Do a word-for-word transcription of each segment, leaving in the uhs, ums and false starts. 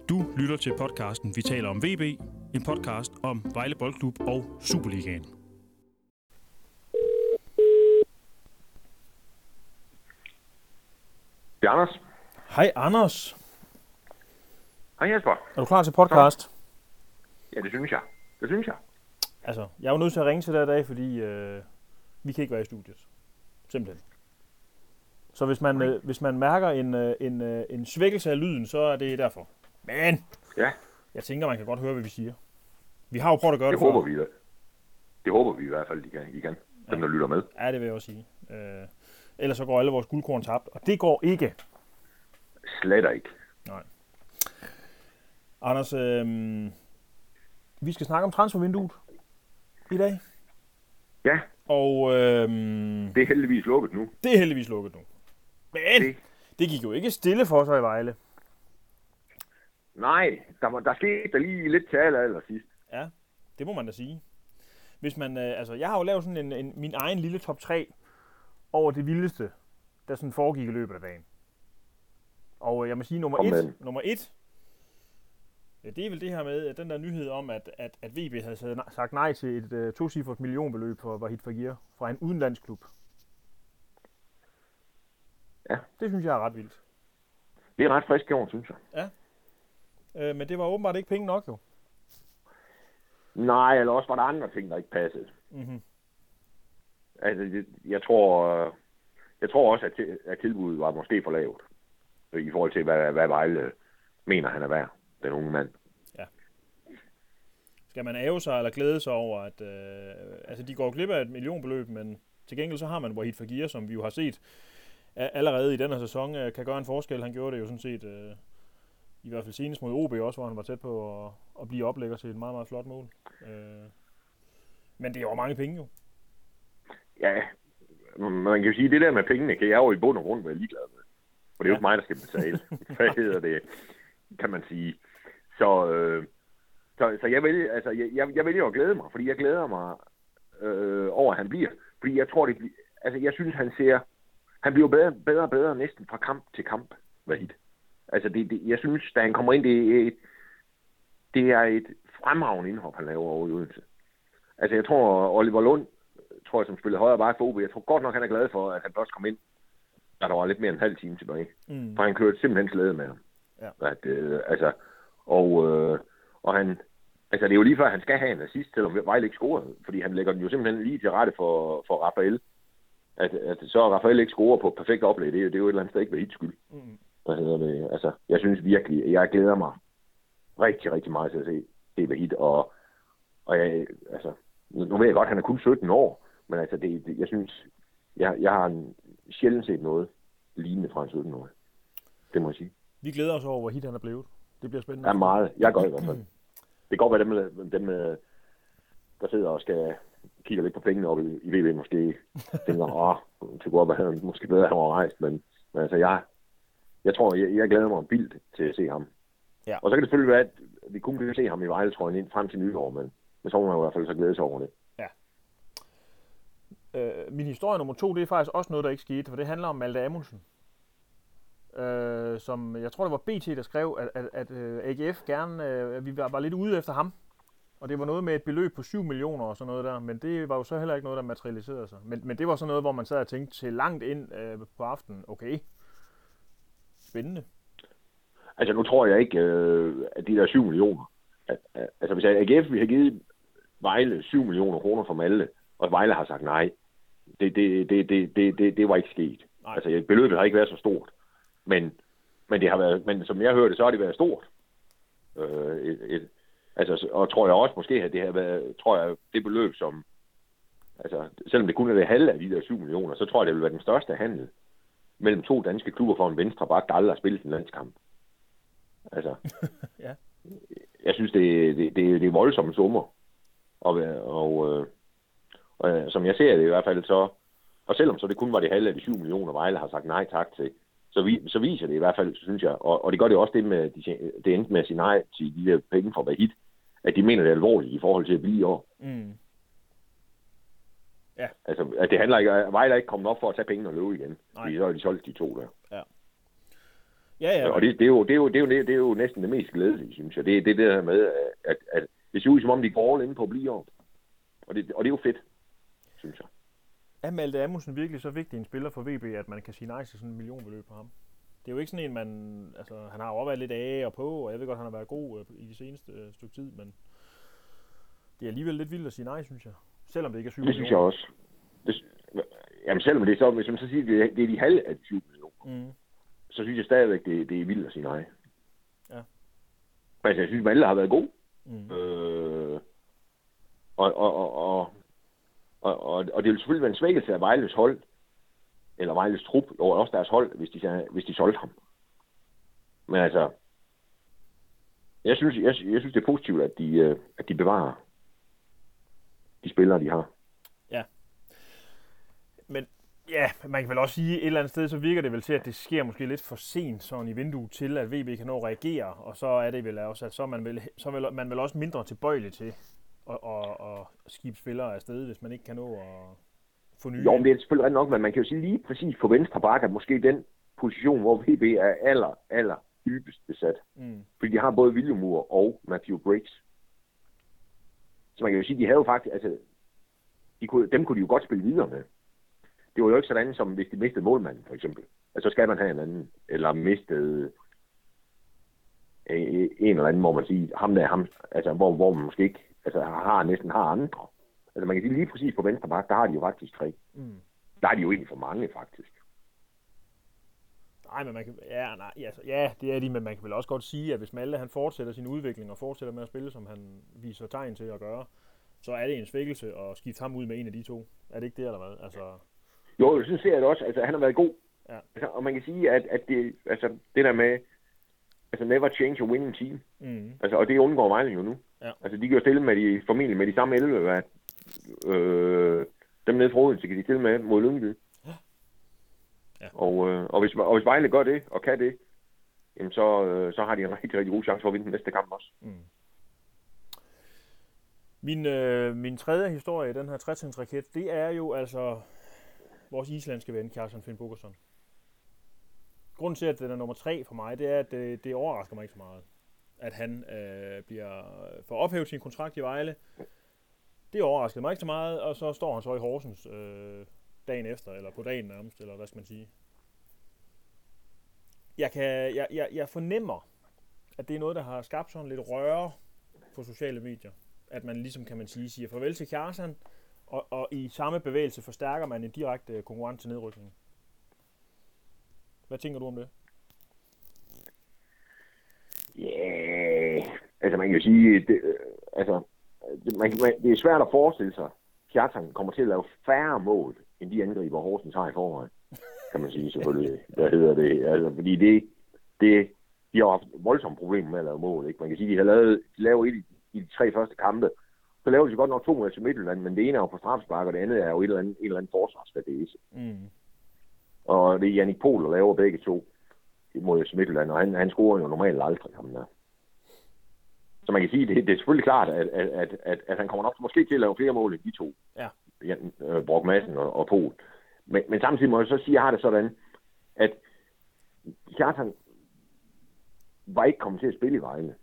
Du lytter til podcasten Vi taler om V B, en podcast om Vejle Boldklub og Superligaen. Det er Anders. Hej Anders. Hej Jesper. Er du klar til podcast? Så. Ja, det synes jeg. Det synes jeg. Altså, jeg er jo nødt til at ringe til dig i dag, fordi øh, vi kan ikke være i studiet. Simpelthen. Så hvis man, øh, hvis man mærker en, øh, en, øh, en svækkelse af lyden, så er det derfor. Men ja. Jeg tænker, man kan godt høre, hvad vi siger. Vi har jo prøvet at gøre det, det, det håber vi da. Det håber vi i hvert fald, I kan. I kan. Dem, ja. der lytter med. Ja, det vil jeg også sige. Øh, ellers så går alle vores guldkorn tabt, og det går ikke. Slet ikke. Nej. Anders, øh, vi skal snakke om transfervinduet i dag. Ja. Og øh, det er heldigvis lukket nu. Det er heldigvis lukket nu. Men det, det gik jo ikke stille for sig i Vejle. Nej, der, var, der skete der lige lidt til aller, aller sidst. Ja, det må man da sige. Hvis man, øh, altså, jeg har jo lavet sådan en, en, min egen lille top tre over det vildeste, der sådan foregik i løbet af dagen. Og jeg må sige, nummer et, nummer et, ja, det er vel det her med, at den der nyhed om, at, at, at V B havde sagt nej til et uh, tocifret millionbeløb for Wahid Fagir fra en udenlandsk klub. Ja. Det synes jeg er ret vildt. Det er ret frisk gjort, synes jeg. Ja. Øh, men det var åbenbart ikke penge nok, jo. Nej, eller også var der andre ting, der ikke passede. Mm-hmm. Altså, jeg tror, jeg tror også, at, at tilbuddet var måske for lavt. I forhold til, hvad, hvad Vejle mener, han er værd. Den unge mand. Ja. Skal man æve sig eller glæde sig over, at øh, altså de går glip af et millionbeløb, men til gengæld så har man Wahid Fagir, som vi jo har set allerede i denne sæson, kan gøre en forskel. Han gjorde det jo sådan set, øh, i hvert fald senest mod O B også, hvor han var tæt på at, at blive oplægger til et meget, meget flot mål. Øh, men det er jo mange penge jo. Ja, man kan jo sige, at det der med pengene, kan jeg jo i bund og grund være ligeglad med. For det er jo ikke mig, der skal betale. Hvad hedder det, kan man sige. Så, øh, så, så jeg, vælger, altså, jeg, jeg vælger at glæde mig, fordi jeg glæder mig øh, over, at han bliver. Fordi jeg tror, det bliver, altså jeg synes, han ser, han bliver bedre, bedre og bedre næsten fra kamp til kamp. Wahid. Altså det, det, jeg synes, da han kommer ind, det er et, det er et fremragende indhop, han laver over i Odense. Altså jeg tror, Oliver Lund, tror jeg, som spillede højre bak for O B, jeg tror godt nok, han er glad for, at han først kom ind, da der var lidt mere end en halv time tilbage. Mm. For han kørte simpelthen slæde med ham. Ja. At, øh, altså, og, øh, og han, altså det er jo lige før, han skal have en assist, selvom Vejle ikke scorede, fordi han lægger den jo simpelthen lige til rette for, for Rafael. At, at så Rafael ikke scorer på et perfekt oplæg, det er, det er jo et eller andet sted ikke ved hit skyld. Mm. Hvad hedder det? Altså, jeg synes virkelig, jeg glæder mig rigtig, rigtig meget til at se det ved hit, og, og jeg, altså, nu ved jeg godt, at han er kun sytten år, men altså, det, det, jeg synes, jeg, jeg har en, sjældent set noget lignende fra en sytten-årig. Det må jeg sige. Vi glæder os over, hvor hit han er blevet. Det bliver spændende. Ja, meget. Jeg gør i hvert fald. Det kan godt være dem, dem, der sidder og skal kigge lidt på pengene op i, i V B, måske tænker, åh, til godt, hvad han måske bedre har rejst, men, men altså, jeg, jeg tror, jeg, jeg glæder mig vildt til at se ham. Ja. Og så kan det selvfølgelig være, at vi kun kan se ham i Vejle, tror jeg, ind frem til nytår, men, men så må man i hvert fald så glæde sig over det. Ja. Øh, min historie nummer to, det er faktisk også noget, der ikke skete, for det handler om Malte Amundsen. Øh, som, jeg tror, det var B T, der skrev, at, at, at A G F gerne, øh, vi var bare lidt ude efter ham. Og det var noget med et beløb på syv millioner og sådan noget der, men det var jo så heller ikke noget, der materialiserede sig. Men, men det var sådan noget, hvor man sad og tænkte til langt ind øh, på aftenen, okay, spændende. Altså nu tror jeg ikke, øh, at de der syv millioner, at, at, altså hvis A G F vi har givet Vejle syv millioner kroner for Malte, og Vejle har sagt nej, det, det, det, det, det, det, det var ikke sket. Nej. Altså beløbet har ikke været så stort, men, men, det har været, men som jeg hørte, så har det været stort. Øh, et, et, altså, og tror jeg også måske, at det har været, tror jeg, det beløb som, altså selvom det kun er det halve af de der syv millioner, så tror jeg, det vil være den største handel mellem to danske klubber for en venstre bak, der aldrig har spillet en landskamp. Altså, ja. Jeg synes, det, det, det, det er voldsomme summer. Og, og, øh, og som jeg ser det i hvert fald, så, og selvom så det kun var det halve af de syv millioner, Vejle har sagt nej tak til, så, vi, så viser det i hvert fald, synes jeg, og, og det gør det også det med, de, det endte med at sige nej til de der penge fra Wahid, at de mener det er alvorligt i forhold til at blive i år. Mm. Ja. Altså, at det handler ikke, at Vejle er ikke kommet op for at tage pengene og løbe igen, nej. Fordi så er de solgt de to der. Ja. Ja, ja. Og det, det, er jo, det, er jo, det, er jo, det er jo næsten det mest glædelige, synes jeg. Det er det, det der med, at, at det ser ud som om, de går all in på at blive år. Og det, og det er jo fedt, synes jeg. Er Malte Amundsen virkelig så vigtig en spiller for V B, at man kan sige nej til sådan en millionbeløb på ham? Det er jo ikke sådan en, man... Altså, han har jo også været lidt af og på, og jeg ved godt, han har været god øh, i de seneste øh, stykke tid, men det er alligevel lidt vildt at sige nej, synes jeg. Selvom det ikke er syv millioner. Det synes jeg også. Det, jamen selvom det er så, hvis man så siger, det, det er de halve af de syv millioner, mm. så synes jeg stadigvæk, det, det er vildt at sige nej. Ja. Altså, jeg synes, Malte har været god. Mm. Øh, og, og, og, og, og, og, og det vil selvfølgelig være en svækkelse af Vejles hold, eller Vejles trup, og også deres hold, hvis de, hvis de solgte ham. Men altså, jeg synes, jeg, jeg synes det er positivt, at de, at de bevarer de spillere, de har. Ja. Men ja, man kan vel også sige, et eller andet sted, så virker det vel til, at det sker måske lidt for sent sådan i vinduet til, at V B kan nå at reagere, og så er det vel også, at så er man vel, så er man vel også mindre tilbøjelig til at, at, at skibe spillere afsted, hvis man ikke kan nå at få nye. Jo, men det er selvfølgelig ret nok, men man kan jo sige lige præcis på venstre bakke, at måske den position, hvor V B er aller, aller dybest besat. Mm. Fordi de har både Viljumur og Matthew Briggs. Så man kan jo sige, de havde jo faktisk, altså, de kunne, dem kunne de jo godt spille videre med. Det var jo ikke sådan, som hvis de mistede målmanden, for eksempel. Altså, så skal man have en anden. Eller mistede en eller anden, hvor man siger, ham der, ham, altså, hvor, hvor man måske ikke, altså, har næsten har andre. Altså, man kan sige lige præcis på venstre bakke, der har de jo faktisk tre. Mm. Der er de jo egentlig for mange, faktisk. Nej, men man kan, ja, nej, altså, ja, det er de, men man kan vel også godt sige, at hvis Malte han fortsætter sin udvikling og fortsætter med at spille, som han viser tegn til at gøre, så er det en svækkelse at skifte ham ud med en af de to. Er det ikke det, eller hvad? Altså... Jo, jeg synes jeg det også. Altså, han har været god. Ja. Altså, og man kan sige, at, at det, altså, det der med, altså, never change a winning team. Mm. Altså, og det undgår Vejle jo nu. Ja. Altså, de kan jo stille med de, formentlig med de samme elleve, hvad, øh, dem nede fra Odense, kan de stille med mod Lyngby. Ja. Og, øh, og, hvis, og hvis Vejle gør det, og kan det, jamen så, øh, så har de en rigtig, rigtig god chance for at vinde den næste kamp også. Mm. Min, øh, min tredje historie i den her tretrinsraket, det er jo altså vores islandske ven, Kjartan Finn Bogason. Grunden til, at den er nummer tre for mig, det er, at det, det overrasker mig ikke så meget, at han øh, bliver får ophævet sin kontrakt i Vejle. Det overraskede mig ikke så meget, og så står han så i Horsens øh, dagen efter, eller på dagen nærmest, eller hvad skal man sige. Jeg, kan, jeg, jeg, jeg fornemmer, at det er noget, der har skabt sådan lidt røre på sociale medier. At man ligesom, kan man sige, siger farvel til Kjartan, og, og i samme bevægelse forstærker man en direkte konkurrent til nedrykning. Hvad tænker du om det? Ja, yeah. altså man kan jo sige, det, altså, det, man, man, det er svært at forestille sig, at Kjartan kommer til at lave færre mål, end de angriber Horsens har i forvejen, kan man sige selvfølgelig. Hvad hedder det? Altså, fordi det, det, de har haft voldsomme problemer med at lave mål, ikke? Man kan sige, de har lavet, de laver et i, i de tre første kampe, så laver de godt nok to mål til Midtjylland, men det ene er jo på strafspark, og det andet er jo et eller andet, en eller anden forsvarsfadese. Mm. Og det er Jannik Pohl, der laver begge to mod Midtjylland, og han, han scorer jo normalt aldrig ham der. Så man kan sige, det, det er selvfølgelig klart, at, at, at, at, at han kommer nok måske til at lave flere mål end de to. Ja. Jan, øh, Brock Madsen og, og Pohl. Men, men samtidig må jeg så sige, at jeg har det sådan, at Kjartan var ikke kommet til at spille i Vejle.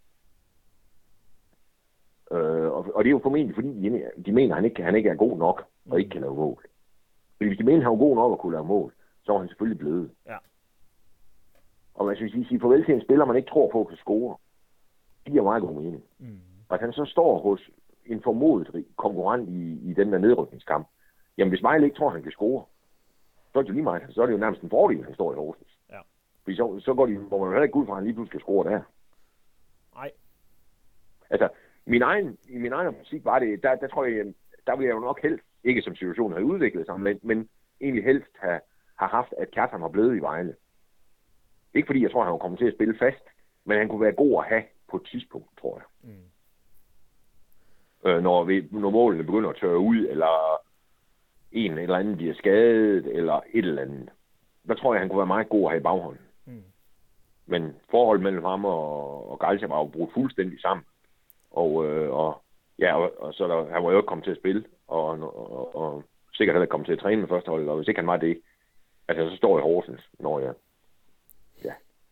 Øh, og, og det er jo formentlig, fordi de, de mener, at han ikke, han ikke er god nok, og ikke kan lave mål. Men hvis de mener, at han er god nok at kunne lave mål, så er han selvfølgelig blevet. Ja. Og man synes, at sige farvel til en spiller, man ikke tror på, kan score. Det giver meget god mening. Mm. Og at han så står hos en formodet konkurrent i, i den der nedrykningskamp, jamen hvis Vejle ikke tror, at han kan score, så er det jo lige meget. Så er det jo nærmest en fordel, at han står i Horsens. Ja. Fordi så, så går de, hvor man jo heller ikke ud fra, at han lige pludselig skal score der. Nej. Altså, min egen, i min egen musik var det, der, der tror jeg, der ville jeg jo nok helst, ikke som situationen havde udviklet sig, men, men egentlig helst have, have haft, at Kjartan var blevet i Vejle. Ikke fordi jeg tror, han var kommet til at spille fast, men han kunne være god at have på et tidspunkt, tror jeg. Mm. Øh, når, vi, når målene begynder at tørre ud, eller en eller anden bliver skadet, eller et eller andet. Der tror jeg, han kunne være meget god at have i baghånden. Mm. Men forholdet mellem ham og, og Galcia var jo brugt fuldstændig sammen. Og, øh, og, ja, og, og så der, han var jo ikke kommet til at spille, og, og, og, og sikkert heller kommet til at træne med førsteholdet, og hvis ikke han var det, altså så står jeg i Horsens, når jeg, ja,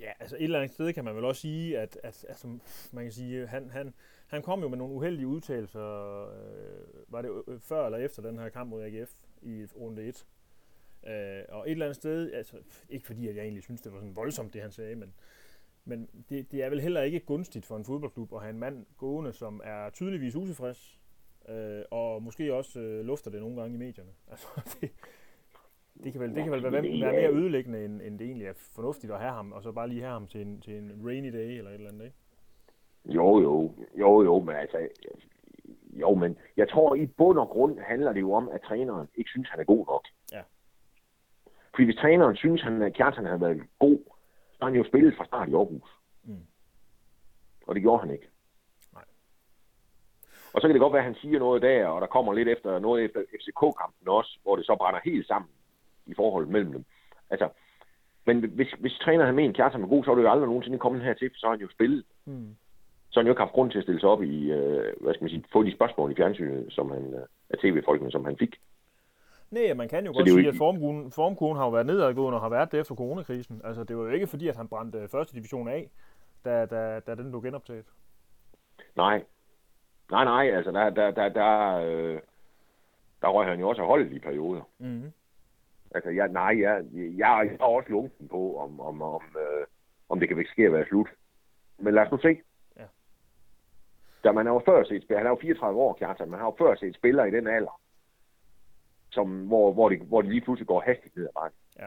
Ja, altså et eller andet sted kan man vel også sige, at, at altså, man kan sige, han, han, han kom jo med nogle uheldige udtalelser, øh, var det før eller efter den her kamp mod A G F i runde et. Øh, og et eller andet sted, altså ikke fordi at jeg egentlig synes, det var sådan voldsomt, det han sagde, men, men det, det er vel heller ikke gunstigt for en fodboldklub at have en mand gående, som er tydeligvis utilfreds, øh, og måske også øh, lufter det nogle gange i medierne. Altså, det, det kan vel, det kan vel være, være mere ødelæggende, end, end det egentlig er fornuftigt at have ham, og så bare lige have ham til en, til en rainy day eller et eller andet, ikke? Jo, jo, jo, jo, men altså, jo, men jeg tror i bund og grund handler det jo om, at træneren ikke synes, han er god nok. Ja. Fordi hvis træneren synes, at Kjartan har været god, så har han jo spillet fra start i Aarhus. Mm. Og det gjorde han ikke. Nej. Og så kan det godt være, at han siger noget der, og der kommer lidt efter noget efter F C K-kampen også, hvor det så brænder helt sammen i forholdet mellem dem. Altså, men hvis, hvis træneren havde ment, at Kjartan var god, så var det jo aldrig nogensinde kommet hertil, for så har han jo spillet. Mm. Så har han jo ikke haft grund til at stille sig op i, øh, hvad skal man sige, få de spørgsmål i fjernsynet, som han, øh, af tv-folkene, som han fik. Nej, man kan jo så godt sige, ikke... at formkurven, formkurven har jo været nedadgående og har været det efter coronakrisen. Altså, det var jo ikke fordi, at han brændte første division af, da, da, da den blev genoptaget. Nej. Nej, nej, altså, der, der, der, der, øh, der røg han jo også holdet i perioder. Mm-hmm. Altså, jeg, nej, jeg, jeg, jeg er også lunken på, om, om, om, øh, om det kan ske at være slut. Men lad os nu se. Ja. Da man har jo før set spiller, han er jo fireogtredive år, Kjartan, man har jo før set spillere i den alder, som, hvor, hvor, de, hvor de lige pludselig går hastigt ned ad bakken. Ja.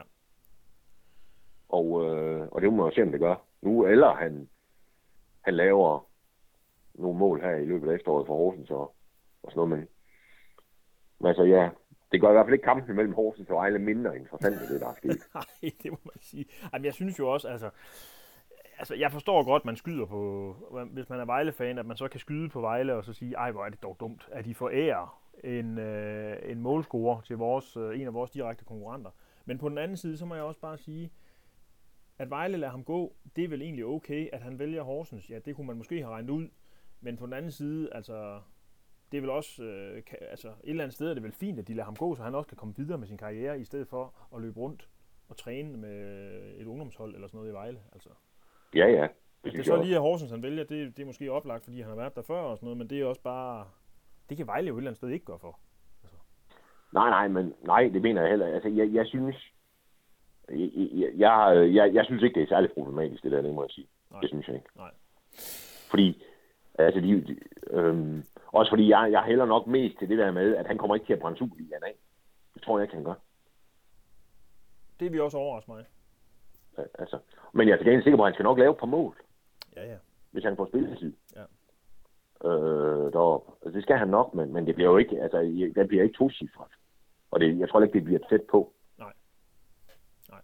Og, øh, og det må man jo se, om det gør nu, eller han, han laver nogle mål her i løbet af efteråret for Horsens og, og sådan noget, men, men altså ja, det gør i hvert fald ikke kampen mellem Horsens og Vejle mindre interessant end det, der er sket. Nej, det må man sige. Jamen, jeg synes jo også, altså, altså, jeg forstår godt, at man skyder på, hvis man er Vejle-fan, at man så kan skyde på Vejle og så sige, ej, hvor er det dog dumt, at de forærer en, øh, en målscorer til vores, øh, en af vores direkte konkurrenter. Men på den anden side, så må jeg også bare sige, at Vejle lader ham gå, det er vel egentlig okay, at han vælger Horsens. Ja, det kunne man måske have regnet ud. Men på den anden side, altså, det er vel også, øh, kan, altså, et eller andet sted er det vel fint, at de lader ham gå, så han også kan komme videre med sin karriere, i stedet for at løbe rundt og træne med et ungdomshold eller sådan noget i Vejle. Altså. Ja, ja. Det, det er så lige, at Horsens han vælger, det, det er måske oplagt, fordi han har været der før og sådan noget, men det er også bare, det kan Vejle jo et eller andet sted ikke gøre for. Altså. Nej, nej, men nej, det mener jeg heller. Altså, jeg, jeg synes, jeg, jeg, jeg, jeg synes ikke, det er særlig problematisk, det der, det må jeg sige. Nej. Det synes jeg ikke. Nej. Fordi, altså, de, de, øhm, også fordi jeg, jeg hælder nok mest til det der med, at han kommer ikke til at brænde Superligaen af. Det tror jeg ikke, han gør. Det vil også overraske mig. Ja, altså, men jeg er til gengæld sikker på, at han skal nok lave et par mål. Ja, ja. Hvis han får spilletid. Ja. Øh, deroppe. Altså, det skal han nok, men, men det bliver jo ikke, altså, det bliver ikke tocifret. Og det, jeg tror ikke, det bliver tæt på. Nej. Nej.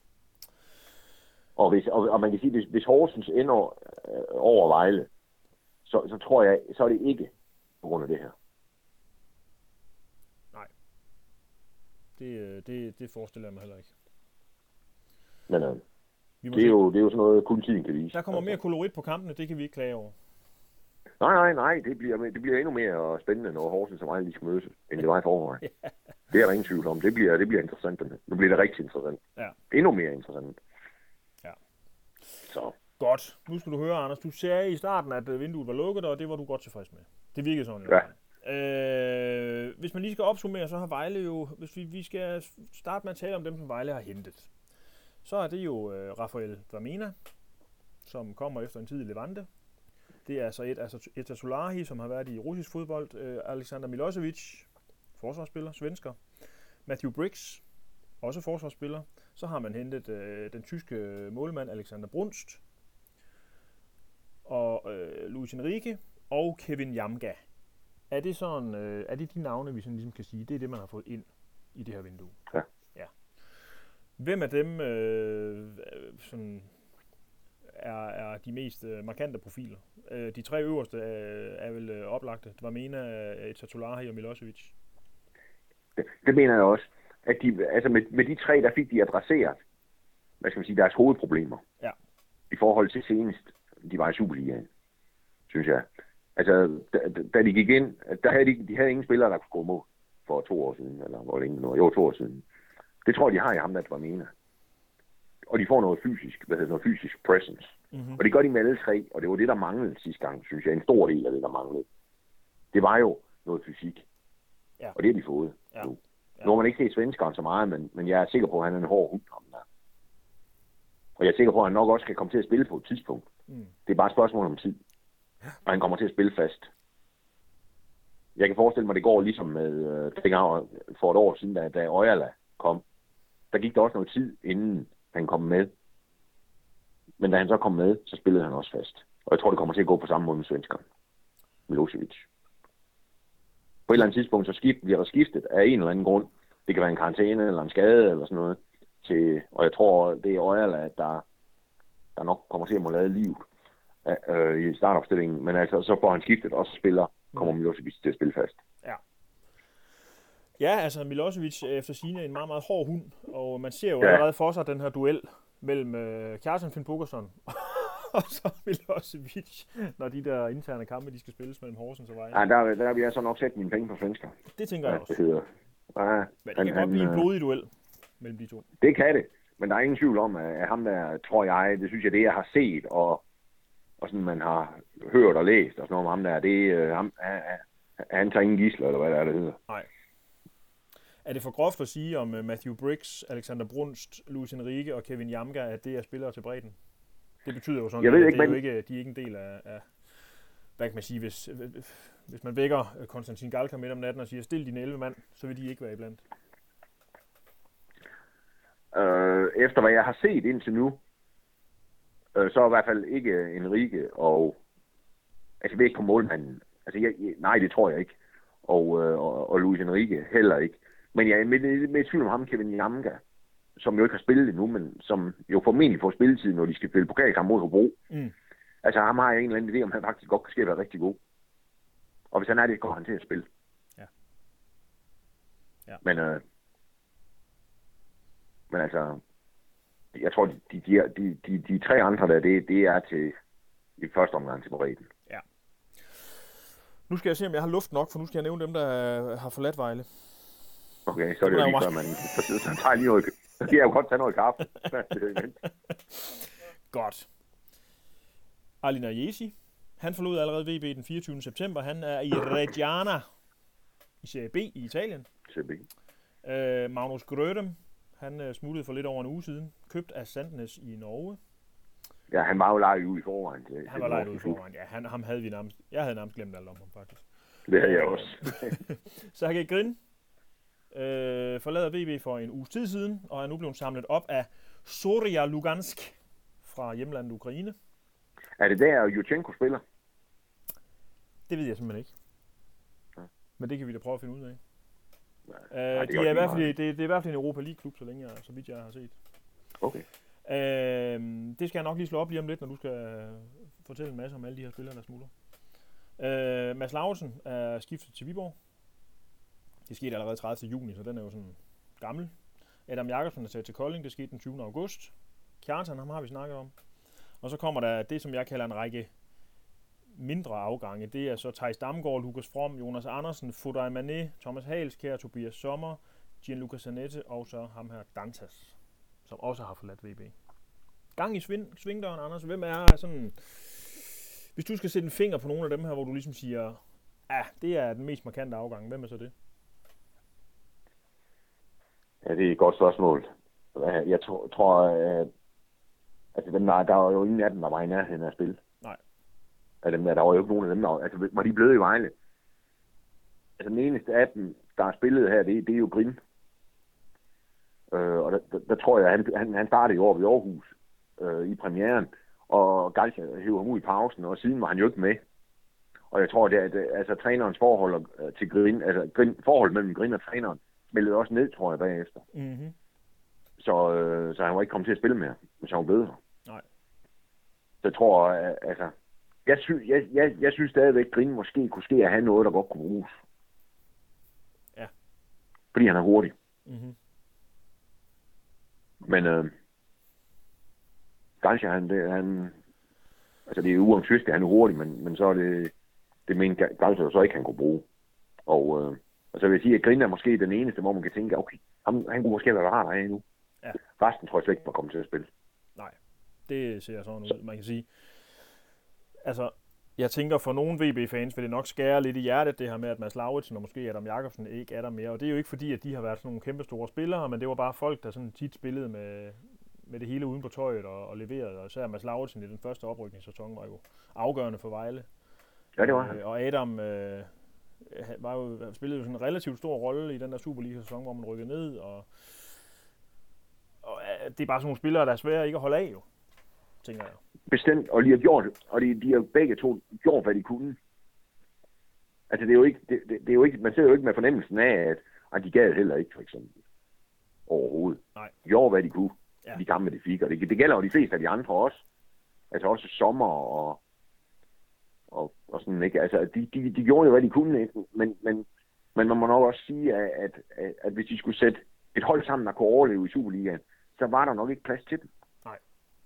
Og, hvis, og, og man kan sige, hvis, hvis Horsens ender øh, over Vejle, så, så tror jeg, så er det ikke på grund af det her. Nej. Det, det, det forestiller jeg mig heller ikke. Men øh, det, er jo, det er jo sådan noget, kun tiden kan vise. Der kommer mere kolorit på kampene, det kan vi ikke klage over. Nej, nej, nej. Det bliver, det bliver endnu mere spændende, når Horsens og Vejle skal mødes, end det var i forvejen. Ja. Det er der ingen tvivl om. Det bliver, det bliver interessant. Nu bliver det rigtig interessant. Ja. Endnu mere interessant. Ja. Så. Godt. Nu skal du høre, Anders. Du sagde i starten, at vinduet var lukket, og det var du godt tilfreds med. Det virkede sådan. Ja. Øh, hvis man lige skal opsummere, så har Vejle jo, hvis vi, vi skal starte med at tale om dem, som Vejle har hentet, så er det jo øh, Rafael Dramina, som kommer efter en tid i Levante. Det er så et altså Eta Solahi, som har været i russisk fodbold. Øh, Alexander Milosevic, forsvarsspiller, svensker. Matthew Briggs, også forsvarsspiller. Så har man hentet øh, den tyske målmand Alexander Brunst. Og øh, Luis Enrique og Kevin Jamga. Er det sådan, øh, er det de navne, vi sådan ligesom kan sige, det er det, man har fået ind i det her vindue? Ja. Ja. Hvem af dem øh, sådan er, er de mest øh, markante profiler? Øh, de tre øverste er, er vel øh, oplagte. Dramina, Eta Solahi og Milosevic. Det, det mener jeg også. At de, altså med, med de tre, der fik de adresseret, hvad skal man sige, deres hovedproblemer. Ja. I forhold til senest, de var i Superligaen, synes jeg. Altså, da, da de gik ind, der havde de, de havde ingen spillere, der kunne score mål for to år siden, eller hvor længe nu, jo to år siden. Det tror jeg, de har i ham, der var Dramina. og de får noget fysisk, hvad hedder noget fysisk presence. Mm-hmm. Og det gør de med alle tre, og det var det, der manglede sidste gang, synes jeg. En stor del af det, der manglede. Det var jo noget fysik. Ja. Og det har de fået ja. nu. Ja. Nu har man ikke set svenskeren så meget, men, men jeg er sikker på, at han er en hård hund, ham der. Og jeg er sikker på, at han nok også kan komme til at spille på et tidspunkt. Mm. Det er bare et spørgsmål om tid. Ja. Og han kommer til at spille fast. Jeg kan forestille mig, at det går ligesom med øh, for et år siden, da, da Ojala kom. Der gik der også noget tid, inden han kom med. Men da han så kom med, så spillede han også fast. Og jeg tror, det kommer til at gå på samme måde med svenskeren. Milosevic. På et eller andet tidspunkt, så skift, bliver der skiftet af en eller anden grund. Det kan være en karantæne eller en skade eller sådan noget. Til, og jeg tror, det er Ojala, der, der nok kommer til at må lade liv øh, i startopstillingen. Men altså, så får han skiftet, og så spiller, kommer Milosevic til at spille fast. Ja. Ja, altså Milosevic efter sigende en meget, meget hård hund. Og man ser jo ja. allerede for sig den her duel mellem øh, Kjartan Finn-Bogason og så Milosevic, når de der interne kampe, de skal spilles mellem Horsens og Vejle. Ja, der, der vil jeg så nok sætte mine penge på svensker. Det tænker jeg ja, også. Det hedder. Ja, men det kan han, godt blive en blodig duel mellem de to. Det kan det, men der er ingen tvivl om, at ham der, tror jeg, det synes jeg, det jeg har set, og, og sådan man har hørt og læst, og sådan noget om ham der, det ham, han, han tager ingen gidsler, eller hvad det er, det hedder. Nej. Er det for groft at sige om Matthew Briggs, Alexander Brunst, Luis Enrique og Kevin Jamga, at det er spillere til bredden? Det betyder jo sådan, jeg ved at ikke, det er men... jo ikke, de er ikke en del af, af hvad kan man sige, hvis, hvis man vækker Konstantin Galka midt om natten og siger, stil dine elleve mand, så vil de ikke være iblandt. Øh, efter hvad jeg har set indtil nu, øh, så er i hvert fald ikke Enrique og, altså væk på målmanden. Altså, jeg, jeg, nej, det tror jeg ikke. Og, øh, og, og Luis Enrique heller ikke. Men jeg er med, med tvivl om ham, Kevin Jamga, som jo ikke har spillet endnu, men som jo formentlig får spilletid, når de skal spille pokalkamp mod Hobro. Mm. Altså ham har jeg en eller anden idé, om han faktisk godt kan ske være rigtig god. Og hvis han er det, går han til at spille. Ja. Ja. Men, øh, men altså, jeg tror, de, de, de, de, de tre andre der, det, det er til i første omgang til bredden. Ja. Nu skal jeg se, om jeg har luft nok, for nu skal jeg nævne dem, der har forladt Vejle. Okay, så er det, det jo lige før, man så tager lige noget. Så kan jeg jo godt tage noget kaffe. Godt. Alin Ajesi, han forlod allerede V B den fireogtyvende september. Han er i Reggiana i Serie B i Italien. Serie B. Øh, Magnus Grødem, han uh, smuttede for lidt over en uge siden. Købt af Sandnes i Norge. Ja, han var jo lejet ude i forvejen. Til, han var lejet ude i forvejen, ja. Han, ham havde vi nærmest, jeg havde nærmest glemt alt om ham, faktisk. Det havde jeg også. Sergej Grin øh, forlader V B for en uges tid siden, og er nu blevet samlet op af Zoria Lugansk fra hjemlandet Ukraine. Er det der, Jutchenko spiller? Det ved jeg simpelthen ikke. Ja. Men det kan vi da prøve at finde ud af. Nej, øh, nej, det, er i hvert fald, det, det er i hvert fald en Europa League-klub, så længe jeg, så vidt jeg har set. Okay. Øh, det skal jeg nok lige slå op lige om lidt, når du skal fortælle en masse om alle de her spillere, der smutter. Øh, Mads Lausen er skiftet til Viborg. Det skete allerede tredivte juni, så den er jo sådan gammel. Adam Jakobsen er taget til Kolding, det skete den tyvende august. Kjartan, ham har vi snakket om. Og så kommer der det, som jeg kalder en række mindre afgange. Det er så Thijs Damgaard, Lukas From, Jonas Andersen, Foday Mané, Thomas Halskær, Tobias Sommer, Gianluca Zanette og så ham her Dantas, som også har forladt V B. Gang i sving, svingdøren, Anders. Hvem er sådan... Hvis du skal sætte en finger på nogle af dem her, hvor du ligesom siger, ah, det er den mest markante afgang. Hvem er så det? Ja, det er et godt spørgsmål. Jeg tror, tror at altså dem der, der var jo ingen af dem, der var i nærheden af at spille. Nej. Af dem der, der var jo ikke nogen af dem, der altså var de blevet i Vejle. Altså den eneste af dem, der har spillet her, det, det er jo Grin. Øh, og der, der, der tror jeg, han, han, han startede i år ved Aarhus øh, i premieren, og Galcha hævde ham ud i pausen, og siden var han jo ikke med. Og jeg tror, det er, at altså, trænerens forhold til Grin, altså Grin, forhold mellem Grin og træneren, smeltede også ned, tror jeg, bagefter. Mm-hmm. Så, øh, så han var ikke kommet til at spille mere, hvis han var bedre. Nej. Så jeg tror, øh, altså, jeg, sy- jeg, jeg, jeg synes stadigvæk, at Grin måske kunne ske at have noget, der godt kunne bruges. Ja. Fordi han er hurtig. Mm-hmm. Men, øh, Galcha, han, det, han, altså det er uomtvisteligt, at han er hurtig, men, men så er det, det mener Galcha så ikke, han kunne bruge. Og, øh, og så vil jeg sige, at Grin er måske den eneste, hvor man kan tænke, okay, han, han kunne måske være rart af nu. Ja. Resten tror jeg slet ikke var kommet til at spille. Nej, det ser sådan ud, man kan sige. Altså, jeg tænker, for nogle V B-fans vil det nok skære lidt i hjertet, det her med, at Mads Lauritsen og måske Adam Jakobsen ikke er der mere. Og det er jo ikke fordi, at de har været sådan nogle kæmpe store spillere, men det var bare folk, der sådan tit spillede med, med det hele uden på tøjet og, og leverede. Og især Mads Lauritsen i den første oprykningssæson var jo afgørende for Vejle. Ja, det var han. Øh, og Adam øh, var jo, spillede jo sådan en relativt stor rolle i den der Superliga-sæson, hvor man rykkede ned. Og, og øh, det er bare sådan nogle spillere, der er svære ikke at holde af jo, tænker jeg. Bestemt, og de har gjort, og de, de har begge to gjort, hvad de kunne. Altså, det er jo ikke, det, det, det er jo ikke, man ser jo ikke med fornemmelsen af, at, at de gad heller ikke, for eksempel, overhovedet. Nej. De gjorde, hvad de kunne, Ja. de kampe, de fik, og det, det gælder jo de fleste af de andre også. Altså også sommer og, og, og sådan, ikke? Altså, de, de, de gjorde jo, hvad de kunne, ikke? Men, men, men man må nok også sige, at, at, at hvis de skulle sætte et hold sammen, der kunne overleve i Superligaen, så var der nok ikke plads til dem. Nej.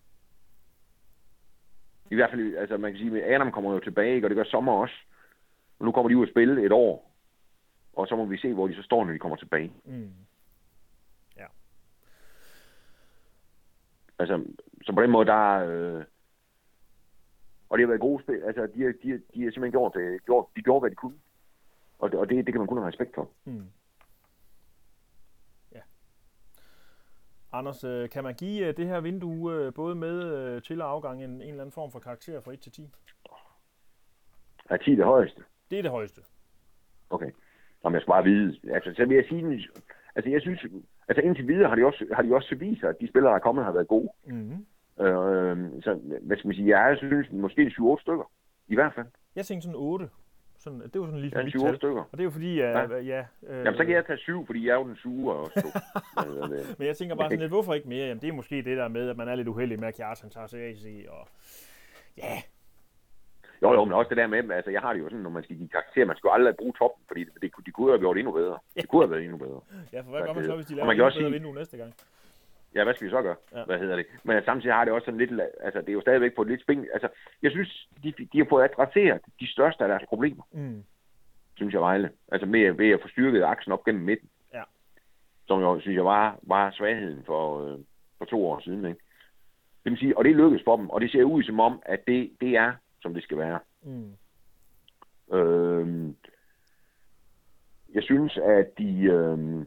I hvert fald, altså man kan sige, at Adam kommer jo tilbage, ikke? Og det gør Sommer også. Og nu kommer de ud at spille et år, og så må vi se, hvor de så står, når de kommer tilbage. Mm. Ja. Altså, så på den måde, der øh... og det har været gode spil, altså de har, de har, de har simpelthen gjort det, gjort, de gjorde, hvad de kunne. Og det, og det, det kan man kun have respekt for. Mm. Ja. Anders, øh, kan man give øh, det her vindue øh, både med øh, til- og afgang en, en eller anden form for karakter fra et til ti? Er ti det højeste? Det er det højeste. Okay. Jamen, jeg skal bare vide. Altså, så vil jeg sige, altså jeg synes, altså indtil videre har de også, har de også vist sig, at de spillere, der er kommet, har været gode. Mm-hmm. Øh, så, hvad skal man sige, jeg synes måske syv otte stykker, i hvert fald. Jeg tænkte sådan otte. Sådan, det var sådan lige Ja, mit syv otte tal. stykker. Og det er jo fordi, ja, Ja. ja øh, Jamen, så kan jeg tage syv, fordi jeg er jo den sure også. men jeg tænker bare sådan lidt, hvorfor ikke mere? Jamen, det er måske det der med, at man er lidt uheldig med, at Kjartan tager sig A C, og ja. Jo, jo, men også det der med, altså jeg har det jo sådan, når man skal give karakter, man skal jo aldrig bruge toppen, fordi det, det, de kunne have gjort endnu bedre. Det kunne have været endnu bedre. Ja, for hvad Så gør man det- så, hvis de og laver man et kan også bedre sige- vindue næste gang? Ja, hvad skal vi så gøre? Ja. Ja. Hvad hedder det? Men samtidig har det også sådan lidt, altså det er jo stadigvæk på et lidt spændende, altså jeg synes, de, de har fået adresseret de største af deres problemer, Mm. synes jeg, Vejle. Altså med, ved at få styrket aksen op gennem midten. Ja. Som jo, synes jeg, var, var svagheden for, øh, for to år siden, ikke? Det vil sige, og det lykkedes for dem, og det ser ud som om, at det, det er, som det skal være. Mm. Øh, jeg synes, at de øh,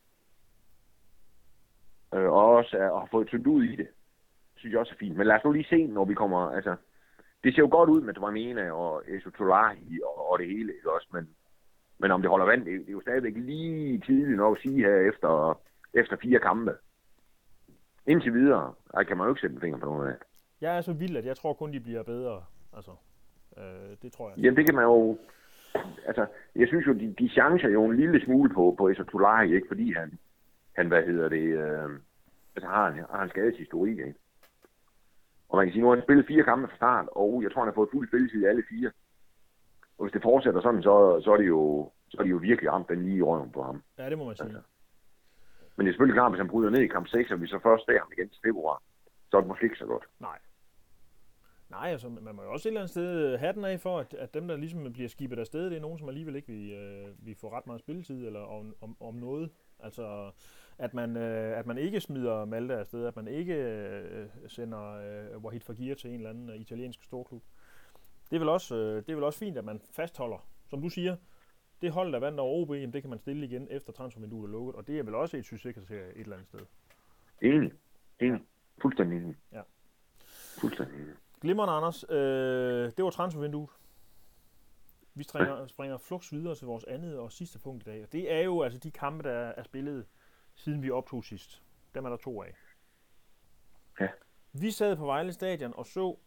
øh, også er, har fået tyndt ud i det. Det synes jeg også er fint. Men lad os nu lige se, når vi kommer... Altså, det ser jo godt ud med Dramina og Esotolahi og, og det hele, ikke også? Men, men om det holder vand, det, det er jo stadigvæk lige tidligt nok at sige her efter, efter fire kampe. Indtil videre, ej, kan man jo ikke sætte en finger på noget af. Jeg er så vild, at jeg tror kun, de bliver bedre. Altså, øh, det tror jeg. Jamen, det kan man jo... Altså, jeg synes jo, de, de chancer jo en lille smule på, på Esotolahi, ikke? Fordi han, han, hvad hedder det... Øh, altså, har han, har han skadeshistorik, ikke? Og man kan sige, nu har han spillet fire kampe fra start, og jeg tror, han har fået fuld spilletid i alle fire. Og hvis det fortsætter sådan, så, så, er, det jo, så er det jo virkelig ramt den lige i røven på ham. Ja, det må man sige. Altså. Men det er selvfølgelig klart, hvis han bryder ned i kamp seks, og vi så først ser ham igen til februar, så er det måske ikke så godt. Nej. Nej, altså, man må jo også et eller andet sted have den af for, at, at dem, der ligesom bliver skibet afsted, det er nogen, som alligevel ikke vil, øh, vil få ret meget spilletid, eller om, om, om noget. Altså, at man, øh, at man ikke smider Malte afsted, at man ikke øh, sender øh, Wahid Fagir til en eller anden øh, italiensk storklub. Det er, vel også, øh, det er vel også fint, at man fastholder, som du siger, det hold, der vandt over O B, jamen, det kan man stille igen efter transfervinduet er lukket, og det er vel også et succeskriterie et eller andet sted. Enig. Enig. Fuldstændig enig. Ja. Fuldstændig enig. Glimrende, Anders. Øh, det var transfervinduet. Vi springer, springer flux videre til vores andet og sidste punkt i dag. Og det er jo altså de kampe, der er spillet, siden vi optog sidst. Dem er der to af. Ja. Vi sad på Vejle Stadion og så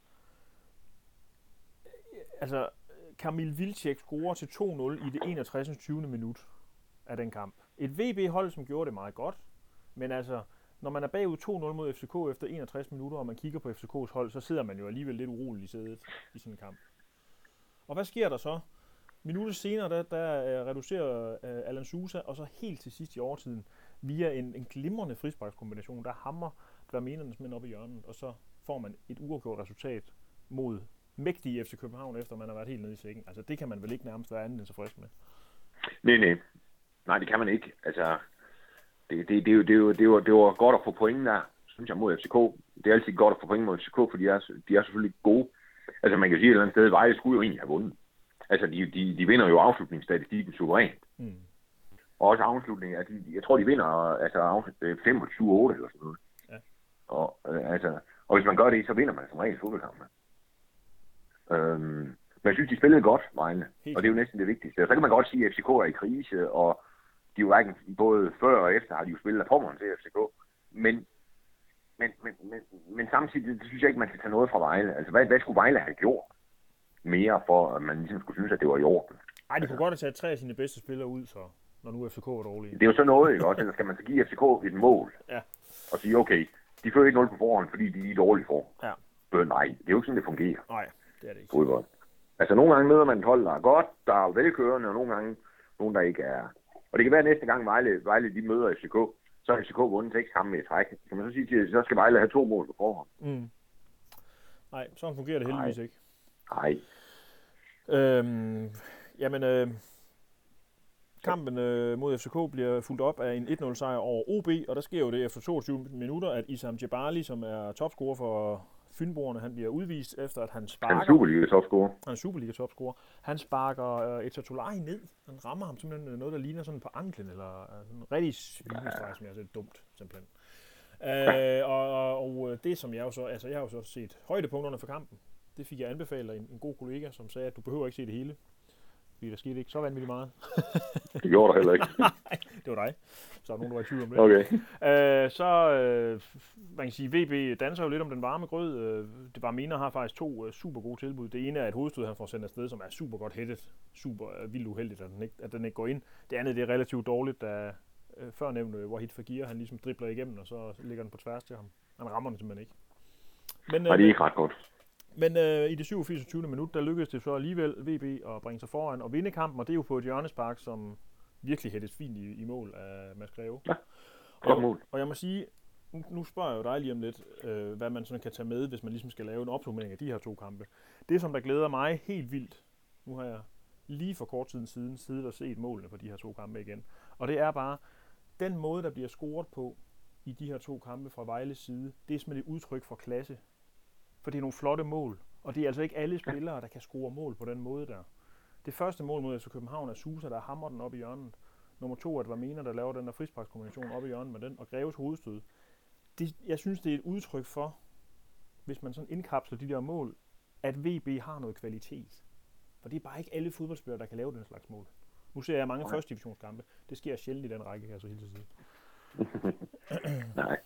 altså Kamil Vilcek scorer til to nul i det enogtres tyvende minut af den kamp. Et V B-hold, som gjorde det meget godt, men altså, når man er bagud to nul mod F C K efter enogtres minutter, og man kigger på F C K's hold, så sidder man jo alligevel lidt uroligt i sædet i sådan en kamp. Og hvad sker der så? Minutter senere, der, der reducerer uh, Alan Sousa, og så helt til sidst i overtiden, via en, en glimrende frisparkskombination, der hammer Dværminernes mænd op i hjørnet, og så får man et uafgjort resultat mod mægtige F C København, efter man har været helt nede i sækken. Altså, det kan man vel ikke nærmest være andet end tilfreds med? Nej, nej. Nej, det kan man ikke. Altså, det, det, det, det, det, var, det var godt at få point der, synes jeg, mod F C K. Det er altid godt at få point mod F C K, for de er, de er selvfølgelig gode. Altså man kan sige et eller andet sted, Vejle skulle jo egentlig have vundet. Altså de, de, de vinder jo afslutningsstatistikken suverænt. Mm. Og også afslutningen, altså, jeg tror de vinder altså, femogtyve otte eller sådan noget. Ja. Og, øh, altså, og hvis man gør det, så vinder man som regel fodboldkampen. Øhm, men jeg synes, de spillede godt, Vejle. Og det er jo næsten det vigtigste. Og så kan man godt sige, at F C K er i krise, og de er jo hverken både før og efter har de jo spillet af pommeren til F C K. Men, men, men, men, men samtidig, det synes jeg ikke, man skal tage noget fra Vejle. Altså, hvad, hvad skulle Vejle have gjort mere for, at man ligesom skulle synes, at det var i orden? Ej, de kunne godt have taget tre af sine bedste spillere ud, så, når nu F C K var dårlige. Det er jo så noget, ikke også? Eller skal man så give F C K et mål? Ja. Og sige, okay, de fører ikke nul på forhånd, fordi de er dårlige for. Ja. Men nej, det er jo ikke sådan, det fungerer. Nej, det er det ikke. Fodbold. Altså, nogle gange møder man et hold, der er godt, der er velkørende, og nogle gange nogen, der ikke er. Og det kan være, at næste gang Vejle, Vejle de møder F C K, så har F C K vundet seks kampe i træk. Kan man så sige, at så skal Vejle have to mål på forhånd? Mm. Nej, sådan fungerer det heldigvis nej. ikke. Nej. Øhm, jamen, øh, kampen øh, mod F C K bliver fulgt op af en et nul sejr over O B, og der sker jo det efter toogtyve minutter, at Isam Djibali, som er topscorer for Fynboerne, han bliver udvist efter, at han sparker... Han er Superliga-topscorer. Han er Superliga-topscorer. Han sparker øh, Etatolai ned. Han rammer ham simpelthen noget, der ligner sådan på anklen, eller øh, sådan en rigtig svinestreg, som jeg har set dumt, simpelthen. Ja. Øh, og, og det, som jeg jo så... Altså, jeg har jo så set højdepunkterne for kampen. Det fik jeg anbefalet af en, en god kollega, som sagde, at du behøver ikke se det hele. Fordi der skete ikke så vanvittigt meget. Det gjorde der heller ikke. Nej, det var dig. Så er der nogen, der var i tvivl om det. Okay. Øh, så, øh, man kan sige, V B danser jo lidt om den varme grød. Øh, det var Mina har faktisk to øh, super gode tilbud. Det ene er et hovedstød, han får sendt afsted, som er super godt hættet. Super øh, vildt uheldigt, at den, ikke, at den ikke går ind. Det andet, det er relativt dårligt, da øh, førnævnte Wahid Fagir, han ligesom dribler igennem, og så ligger den på tværs til ham. Han rammer den simpelthen ikke. Men, øh, Nej, det er ikke ret godt. Men øh, i det syvogfirsindstyvende minut, der lykkedes det så alligevel V B at bringe sig foran og vinde kampen, og det er jo på et hjørnespark, som virkelig hættes fint i, i mål af Mads Greve. Ja, godt mål. Og, og jeg må sige, nu, nu spørger jeg jo dig lige om lidt, øh, hvad man sådan kan tage med, hvis man ligesom skal lave en opsummering af de her to kampe. Det, som der glæder mig helt vildt, nu har jeg lige for kort tid siden siddet og set målene på de her to kampe igen, og det er bare, den måde, der bliver scoret på i de her to kampe fra Vejles side, det er simpelthen et udtryk for klasse. For det er nogle flotte mål, og det er altså ikke alle spillere, der kan score mål på den måde der. Det første mål mod F C København er Sousa, der hammer den op i hjørnet. Nummer to er, at det var Mina, der laver den der frisparkskombination op i hjørnet med den, og Greves hovedstød. Det, jeg synes, det er et udtryk for, hvis man sådan indkapsler de der mål, at V B har noget kvalitet. For det er bare ikke alle fodboldspillere, der kan lave den slags mål. Nu ser jeg mange okay. første divisionskampe. Det sker sjældent i den række, kan jeg så hele tiden sige. Nej.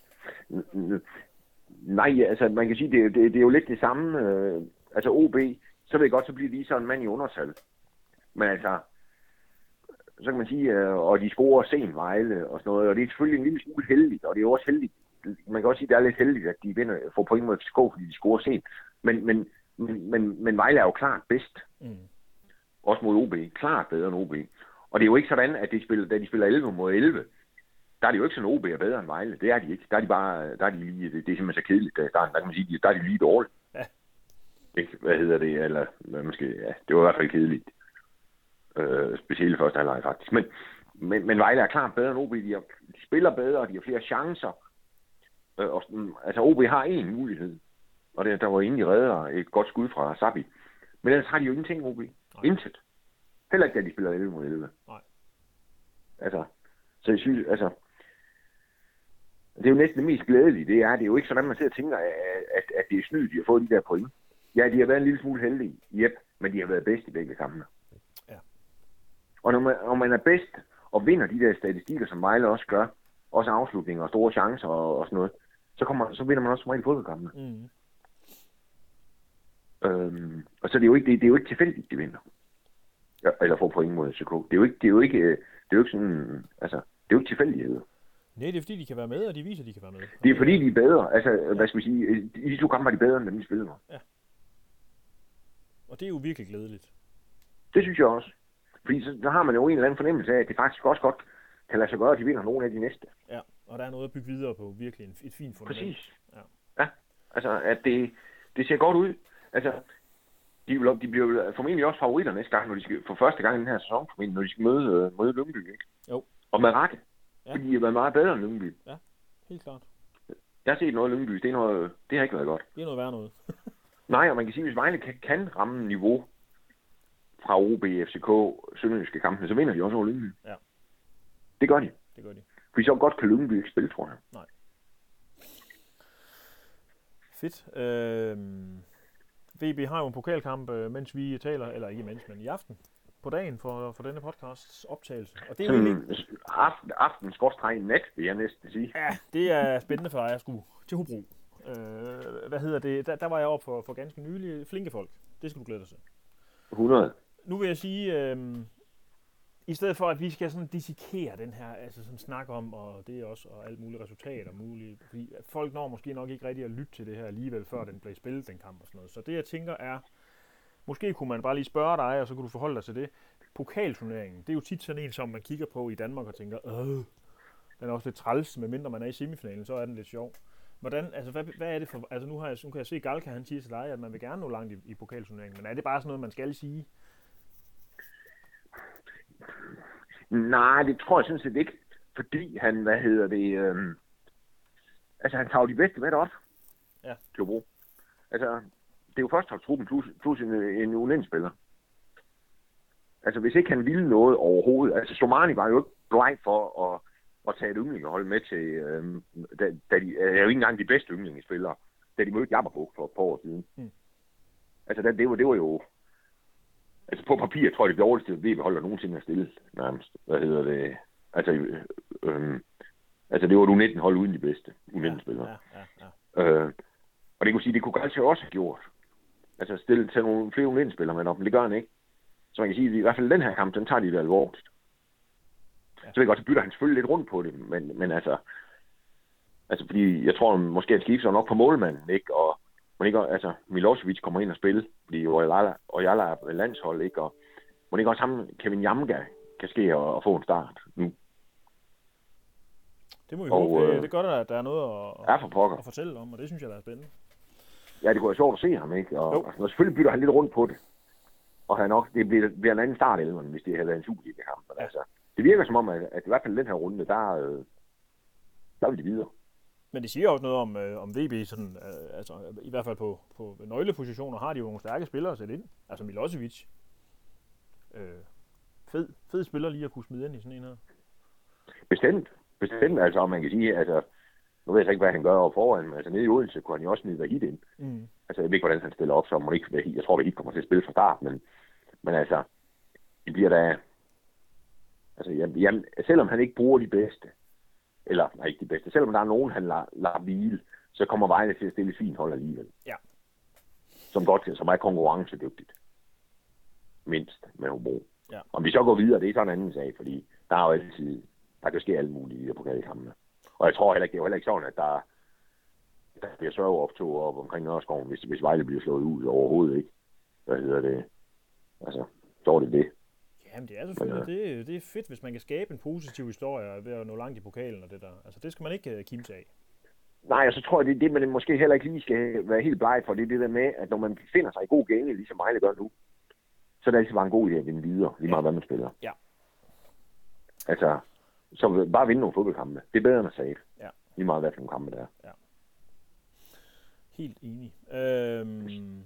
Nej, altså man kan sige, det, det, det er jo lidt det samme. Øh, altså O B, så vil jeg godt, så bliver lige sådan en mand i undertal. Men altså, så kan man sige, øh, og de scorer sent Vejle og sådan noget, og det er selvfølgelig en lille smule heldigt, og det er også heldigt. Man kan også sige, at det er lidt heldigt, at de vinder, får point mod F C K, fordi de scorer sent. Men, men, men, men, men Vejle er jo klart bedst. Mm. Også mod O B. Klart bedre end O B. Og det er jo ikke sådan, at de spiller, da de spiller elleve mod elleve, der er det jo ikke sådan, at O B er bedre end Vejle. Det er de ikke. Der er de bare, der er de lige, det, det er simpelthen så kedeligt, der, der kan man sige, der er de lige dårligt. Ja. Ikke? Hvad hedder det? Eller, måske, ja, det var i hvert fald kedeligt. Øh, specielt første halvleg faktisk. Men, men, men Vejle er klart bedre end O B. De, har, de spiller bedre, og de har flere chancer. Øh, og, altså O B har én mulighed. Og det, der var egentlig redder et godt skud fra Sabi. Men ellers har de jo ingenting, O B. Nej. Intet. Heller ikke, da de spiller elleve mod elleve. Nej. Altså, så jeg synes, altså, det er jo næsten det mest glædelige, det er, det er jo ikke sådan, man sidder og tænker, at, at det er snyd, de har fået de der point. Ja, de har været en lille smule heldige, yep, men de har været bedst i begge kampene. Ja. Og når man, når man er bedst og vinder de der statistikker, som Vejle også gør, også afslutninger og store chancer og, og sådan noget, så, kommer, så vinder man også som regel fodboldkampene. Mm. Øhm, og så det er jo ikke, det, det er jo ikke tilfældigt, de vinder. Ja, eller får point mod F C K. Det er jo ikke, det er jo ikke, det er jo ikke sådan, altså, det er jo ikke tilfældighed. Nej, det er fordi, de kan være med, og de viser, at de kan være med. Det er fordi, de er bedre. Altså, ja. Hvad skal vi sige, i de to kampe er de bedre, end dem, de spiller nu. Ja. Og det er jo virkelig glædeligt. Det synes jeg også. Fordi så, så har man jo en eller anden fornemmelse af, at det faktisk også godt kan lade sig gøre, at de vinder nogle af de næste. Ja, og der er noget at bygge videre på. Virkelig et, et fint fundament. Præcis. Ja, ja. Altså, at det, det ser godt ud. Altså, de, vil, de bliver formentlig også favoritter næste gang, når de skal, for første gang i den her sæson, når de skal møde, møde Lyngby, ikke? Jo. Og med rette. Ja. Fordi de har været meget bedre end Lyngby. Ja, helt klart. Jeg har set noget af Lyngby. Det, er noget, det har ikke været godt. Det er noget værre noget. Nej, og man kan sige, at hvis Vejle kan, kan ramme niveau fra O B, F C K, sønderjyske kampene, så vinder de også over Lyngby. Ja. Det gør de. Det gør de. Fordi så godt kan Lyngby ikke spille, tror jeg. Nej. Fedt. Øh, V B har jo en pokalkamp, mens vi taler, eller ikke mens, men i aften på dagen for, for denne podcasts optagelse. Og det er jo egentlig... Aften, aften skorstræk nat, vil jeg næsten sige. Ja, det er spændende for dig. Jeg skulle til Hobro. Øh, hvad hedder det? Der, der var jeg oppe for, for ganske nylig. Flinke folk. Det skal du glæde dig til. hundrede. Nu vil jeg sige, øh, i stedet for at vi skal sådan dissekere den her, altså sådan snak om, og det er også og alt muligt resultater muligt, fordi folk når måske nok ikke rigtig at lytte til det her alligevel, før den blev spillet, den kamp og sådan noget. Så det jeg tænker er, måske kunne man bare lige spørge dig, og så kunne du forholde dig til det. Pokalturneringen, det er jo tit sådan en, som man kigger på i Danmark og tænker, øh, den er også lidt træls, medmindre man er i semifinalen, så er den lidt sjov. Hvordan, altså hvad, hvad er det for, altså nu, har jeg, nu kan jeg se, Galka han siger til dig, at man vil gerne nå langt i, i pokalturneringen, men er det bare sådan noget, man skal sige? Nej, det tror jeg sådan set ikke, fordi han, hvad hedder det, øh, altså han tager de bedste med op. Ja. Til altså, det er jo først truppen plus, plus en, en U N N-spiller. Altså, hvis ikke han ville noget overhovedet, altså Somani var jo ikke bleg for at, at tage et yndlingehold med til, øh, da, da de er jo ikke engang de bedste yndlingespillere, da de mødte Jabberbuk for et par år siden. Mm. Altså, det, det, var, det var jo, altså på papir tror jeg, det dårligste V B-hold, der nogensinde er stillet, nærmest. Hvad hedder det? Altså, øh, øh, altså det var et U nitten-hold uden de bedste U nitten-spillere. Ja, ja, ja, ja. øh, og det kunne sige, det kunne Galka også have gjort. Altså, stille til nogle flere U nitten-spillere med op, men det gør han ikke. Så man kan sige, at i hvert fald den her kamp, den tager de det alvorligt. Ja. Så ved jeg godt, så bytter han selvfølgelig lidt rundt på det, men, men altså, altså, fordi jeg tror, måske at skifter nok på målmanden, ikke? Og man ikke, altså, Milosevic kommer ind og spille, fordi Oyala er landshold, ikke? Og man ikke også sammen, Kevin Jamga, kan ske og, og få en start nu. Det må vi og, håbe. Det, det gør der, at der er noget at, er for at fortælle om, og det synes jeg, der er spændende. Ja, det kunne være sjovt at se ham, ikke? Og, og selvfølgelig bytter han lidt rundt på det. Og han nok, det bliver, bliver en anden start, eller hvis det havde været en Superliga-kamp. Ja. Altså, det virker som om, at, at i hvert fald den her runde, der, øh, der vil de videre. Men det siger også noget om, øh, om V B, sådan, øh, altså, i hvert fald på, på nøglepositioner, har de jo nogle stærke spillere at sætte ind. Altså Milosevic. Øh, fed, fed spiller lige at kunne smide ind i sådan en her. Bestemt. Bestemt, altså, om man kan sige, altså, nu ved jeg så ikke, hvad han gør over foran, men altså nede i Odense kunne han jo også smide Vahid ind. Mm. Altså, jeg ved ikke, hvordan han stiller op, så man ikke, jeg tror, Vahid kommer til at spille fra start, men, men altså, det bliver da, altså, jamen, jamen, selvom han ikke bruger de bedste, eller nej, ikke de bedste, selvom der er nogen, han lader, lader hvile, så kommer Vejle til at stille et fint hold alligevel. Ja. Som godt, som er konkurrencedygtigt. Mindst med Hobro. Ja. Om vi så går videre, det er sådan en anden sag, fordi der er jo altid, der kan ske alt muligt i de pokalkampene. Og jeg tror heller ikke, det er jo heller ikke sådan, at der, der bliver sørgeoptog op omkring Nørreskoven, hvis, hvis Vejle bliver slået ud overhovedet, ikke? Hvad hedder det? Altså, så er det det. Jamen, det er selvfølgelig, Men, det, det er fedt, hvis man kan skabe en positiv historie ved at nå langt i pokalen og det der. Altså, det skal man ikke uh, kimse af. Nej, og så tror jeg, det er det, man måske heller ikke lige skal være helt bleg for. Det er det der med, at når man finder sig i god gænge, ligesom Vejle gør nu, så er det altid bare en god idé at vinde videre, lige meget hvad man spiller. Ja. Altså, så bare vinde nogle fodboldkampe. Det er bedre end at sige. Ja. Lige meget hvad for nogle kampe der er. Ja. Helt enig. Øhm...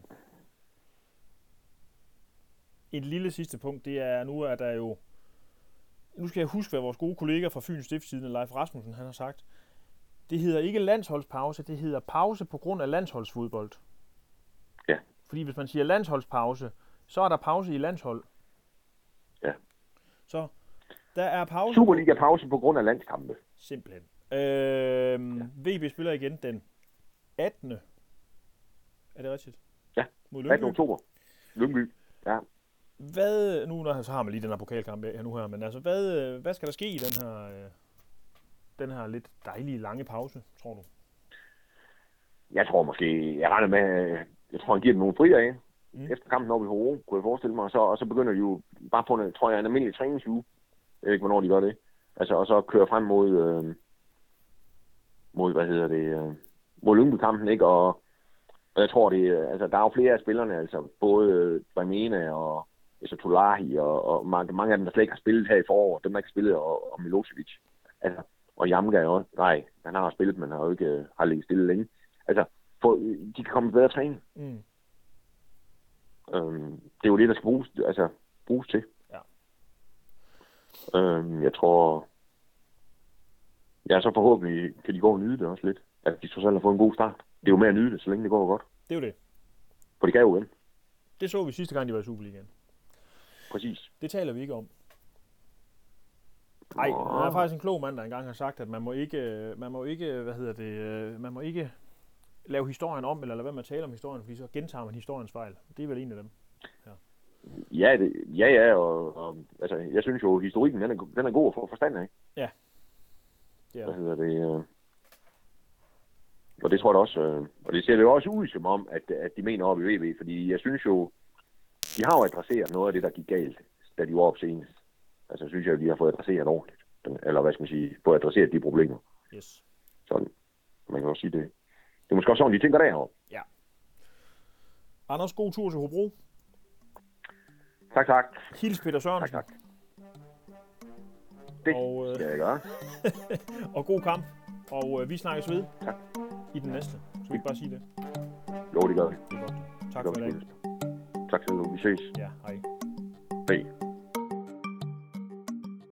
Et lille sidste punkt, det er, nu er der jo, nu skal jeg huske, hvad vores gode kollega fra Fyns Stiftstidende, Leif Rasmussen, han har sagt. Det hedder ikke landsholdspause, det hedder pause på grund af landsholdsfodbold. Ja. Fordi hvis man siger landsholdspause, så er der pause i landshold. Ja. Så der er pause. Superliga-pause på grund af landskampe. Simpelthen. Øhm, ja. V B spiller igen den attende Er det rigtigt? Ja, mod attende oktober. Lyngby, ja. Hvad, nu så har man lige den her pokalkamp her nu her, men altså, hvad, hvad skal der ske i den her, den her lidt dejlige lange pause, tror du? Jeg tror måske, jeg regner med, jeg tror han giver dem nogle frier af, mm. efter kampen oppe i Hobro, kunne jeg forestille mig, og så, og så begynder de jo bare på en, tror jeg, en almindelig træningsuge. Jeg ved ikke, hvornår de gør det. Altså, og så kører frem mod, øh, mod, hvad hedder det, øh, mod Lyngby-kampen, ikke? Og, og jeg tror, det, altså, der er jo flere af spillerne, altså, både Bajmena og Esatolahi, og, og mange, mange af dem, der slet ikke har spillet her i foråret, dem, der ikke har spillet, og, og Milosevic. Altså, og Jamga er også, nej, han har spillet, men har jo ikke øh, har ligget stille længe. Altså, for, de kan komme bedre træning. Mm. Øhm, det er jo det, der skal bruges, altså, bruges til. Ja. Øhm, jeg tror, ja, så forhåbentlig kan de gå og nyde det også lidt. At de trods alt har fået en god start. Det er jo med at nyde det, så længe det går godt. Det er jo det. For de kan jo vinde. Det så vi sidste gang, de var i Superligaen. Præcis. Det taler vi ikke om. Nej, der er faktisk en klog mand, der engang har sagt, at man må ikke, man må ikke, hvad hedder det, man må ikke lave historien om, eller lade være med at tale om historien, fordi så gentager man historiens fejl. Det er vel en af dem. Ja, ja, det, ja, ja og, og altså, jeg synes jo, historikken, den er, den er god at få forstand af. Ja. Det er hvad hedder det, øh, og det tror jeg også, øh, og det ser det jo også ud som om, at, at de mener op i V B, fordi jeg synes jo, de har jo adresseret noget af det, der gik galt, da de var op senest. Altså, jeg synes jeg, at de har fået adresseret ordentligt. Eller hvad skal man sige, fået adresseret de problemer. Yes. Sådan, man kan også sige det. Det er måske også sådan, de tænker derovre. Ja. Anders, god tur til Hobro. Tak, tak. Hils Peter Sørensen. Tak, tak. Det og, øh, skal jeg gøre. og god kamp. Og øh, vi snakkes ved tak. I den næste. Så vi ikke bare sige det. Jo, det gør vi. Det er godt. Tak for i dag. Tak til dig. Vi ses. Ja, hej. Hej.